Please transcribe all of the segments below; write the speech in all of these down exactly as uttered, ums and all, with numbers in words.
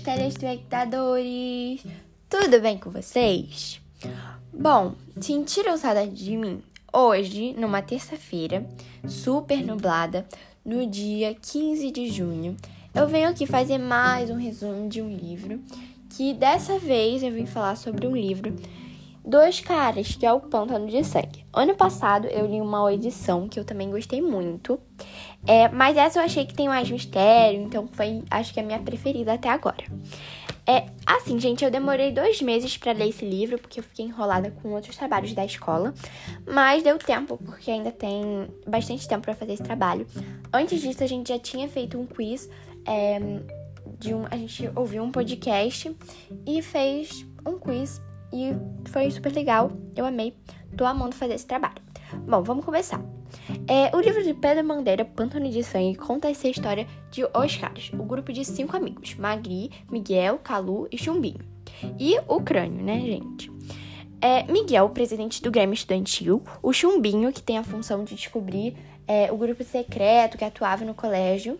telespectadores! Tudo bem com vocês? Bom, sentiram saudade de mim? Hoje, numa terça-feira, super nublada, no dia quinze de junho, eu venho aqui fazer mais um resumo de um livro, que dessa vez eu vim falar sobre um livro Dois Caras, que é o Pântano de Sangue. Ano passado eu li uma edição que eu também gostei muito, é, mas essa eu achei que tem mais mistério, então foi, acho que, a minha preferida até agora. É, assim, gente, eu demorei dois meses pra ler esse livro, porque eu fiquei enrolada com outros trabalhos da escola, mas deu tempo, porque ainda tem bastante tempo pra fazer esse trabalho. Antes disso, a gente já tinha feito um quiz, é, de um, a gente ouviu um podcast e fez um quiz. E foi super legal, eu amei, tô amando fazer esse trabalho. Bom, vamos começar. É, o livro de Pedro Bandeira, Pântano de Sangue, conta essa história de Os Caras, o grupo de cinco amigos, Magri, Miguel, Calu e Chumbinho. E o Crânio, né, gente? É, Miguel, o presidente do Grêmio Estudantil, o Chumbinho, que tem a função de descobrir é, o grupo secreto que atuava no colégio,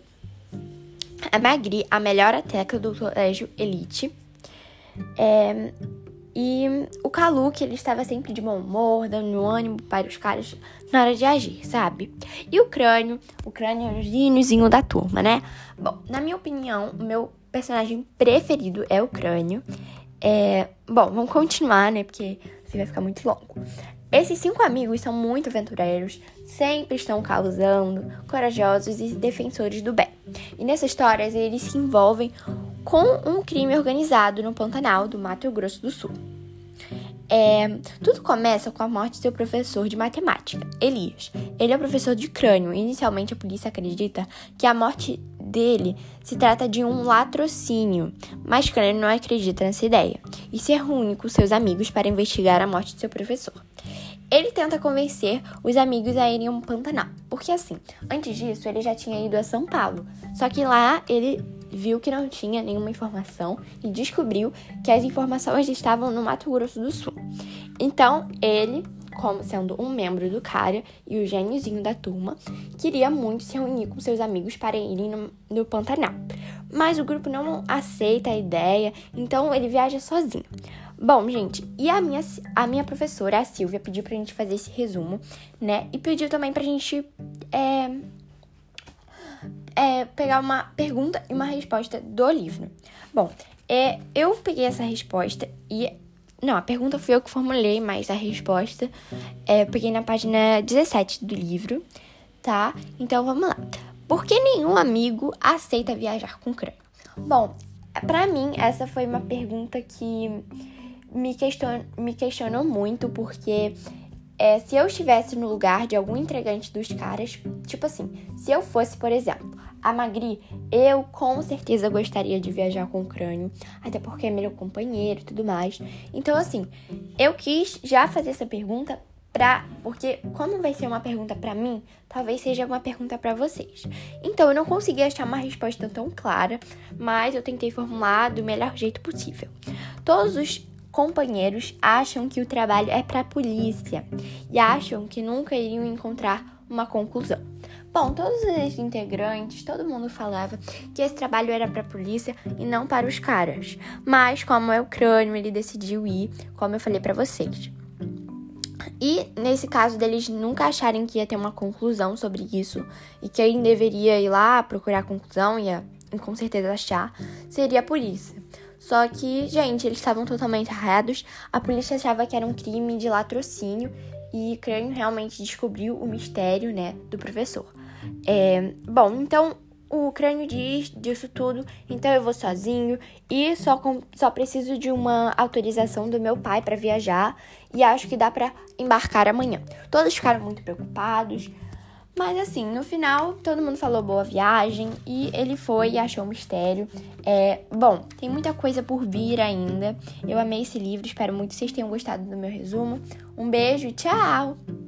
a Magri, a melhor atleta do colégio Elite, é... E o Calu, que ele estava sempre de bom humor, dando ânimo para os caras na hora de agir, sabe? E o Crânio, o Crânio é o gêniozinho da turma, né? Bom, na minha opinião, o meu personagem preferido é o Crânio. É... Bom, vamos continuar, né? Porque assim vai ficar muito longo. Esses cinco amigos são muito aventureiros, sempre estão causando, corajosos e defensores do bem. E nessas histórias, eles se envolvem com um crime organizado no Pantanal do Mato Grosso do Sul. É, tudo começa com a morte de seu professor de matemática, Elias. Ele é o professor de Crânio. Inicialmente, a polícia acredita que a morte dele se trata de um latrocínio, mas Crânio não acredita nessa ideia e se reúne com seus amigos para investigar a morte de seu professor. Ele tenta convencer os amigos a irem ao Pantanal, porque assim, antes disso ele já tinha ido a São Paulo, só que lá ele viu que não tinha nenhuma informação e descobriu que as informações estavam no Mato Grosso do Sul. Então ele, como sendo um membro do cara e o gêniozinho da turma, queria muito se reunir com seus amigos para irem no, no Pantanal. Mas o grupo não aceita a ideia, então ele viaja sozinho. Bom, gente, e a minha, a minha professora, a Silvia, pediu pra gente fazer esse resumo, né? E pediu também pra gente é, é, pegar uma pergunta e uma resposta do livro. Bom, é, eu peguei essa resposta e... Não, a pergunta fui eu que formulei, mas a resposta é, eu peguei na página dezessete do livro, tá? Então, vamos lá. Por que nenhum amigo aceita viajar com Crânio? Bom, pra mim, essa foi uma pergunta que me, question... me questionou muito, porque é, se eu estivesse no lugar de algum integrante dos caras, tipo assim, se eu fosse, por exemplo, a Magri, eu com certeza gostaria de viajar com o Crânio, até porque é meu companheiro e tudo mais. Então, assim, eu quis já fazer essa pergunta pra... Porque, como vai ser uma pergunta pra mim, talvez seja uma pergunta pra vocês. Então, eu não consegui achar uma resposta tão clara, mas eu tentei formular do melhor jeito possível. Todos os companheiros acham que o trabalho é pra polícia e acham que nunca iriam encontrar uma conclusão. Bom, todos os integrantes, todo mundo falava que esse trabalho era pra polícia e não para os caras. Mas, como é o Crânio, ele decidiu ir, como eu falei pra vocês. E, nesse caso deles nunca acharem que ia ter uma conclusão sobre isso e que quem deveria ir lá procurar a conclusão, ia com certeza achar, seria a polícia. Só que, gente, eles estavam totalmente errados. A polícia achava que era um crime de latrocínio e Crânio realmente descobriu o mistério, né, do professor. É, bom, então o Crânio diz disso tudo, então eu vou sozinho e só, com, só preciso de uma autorização do meu pai para viajar e acho que dá para embarcar amanhã. Todos ficaram muito preocupados, mas assim, no final todo mundo falou boa viagem e ele foi e achou um mistério. É, bom, tem muita coisa por vir ainda. Eu amei esse livro, espero muito que vocês tenham gostado do meu resumo. Um beijo e tchau!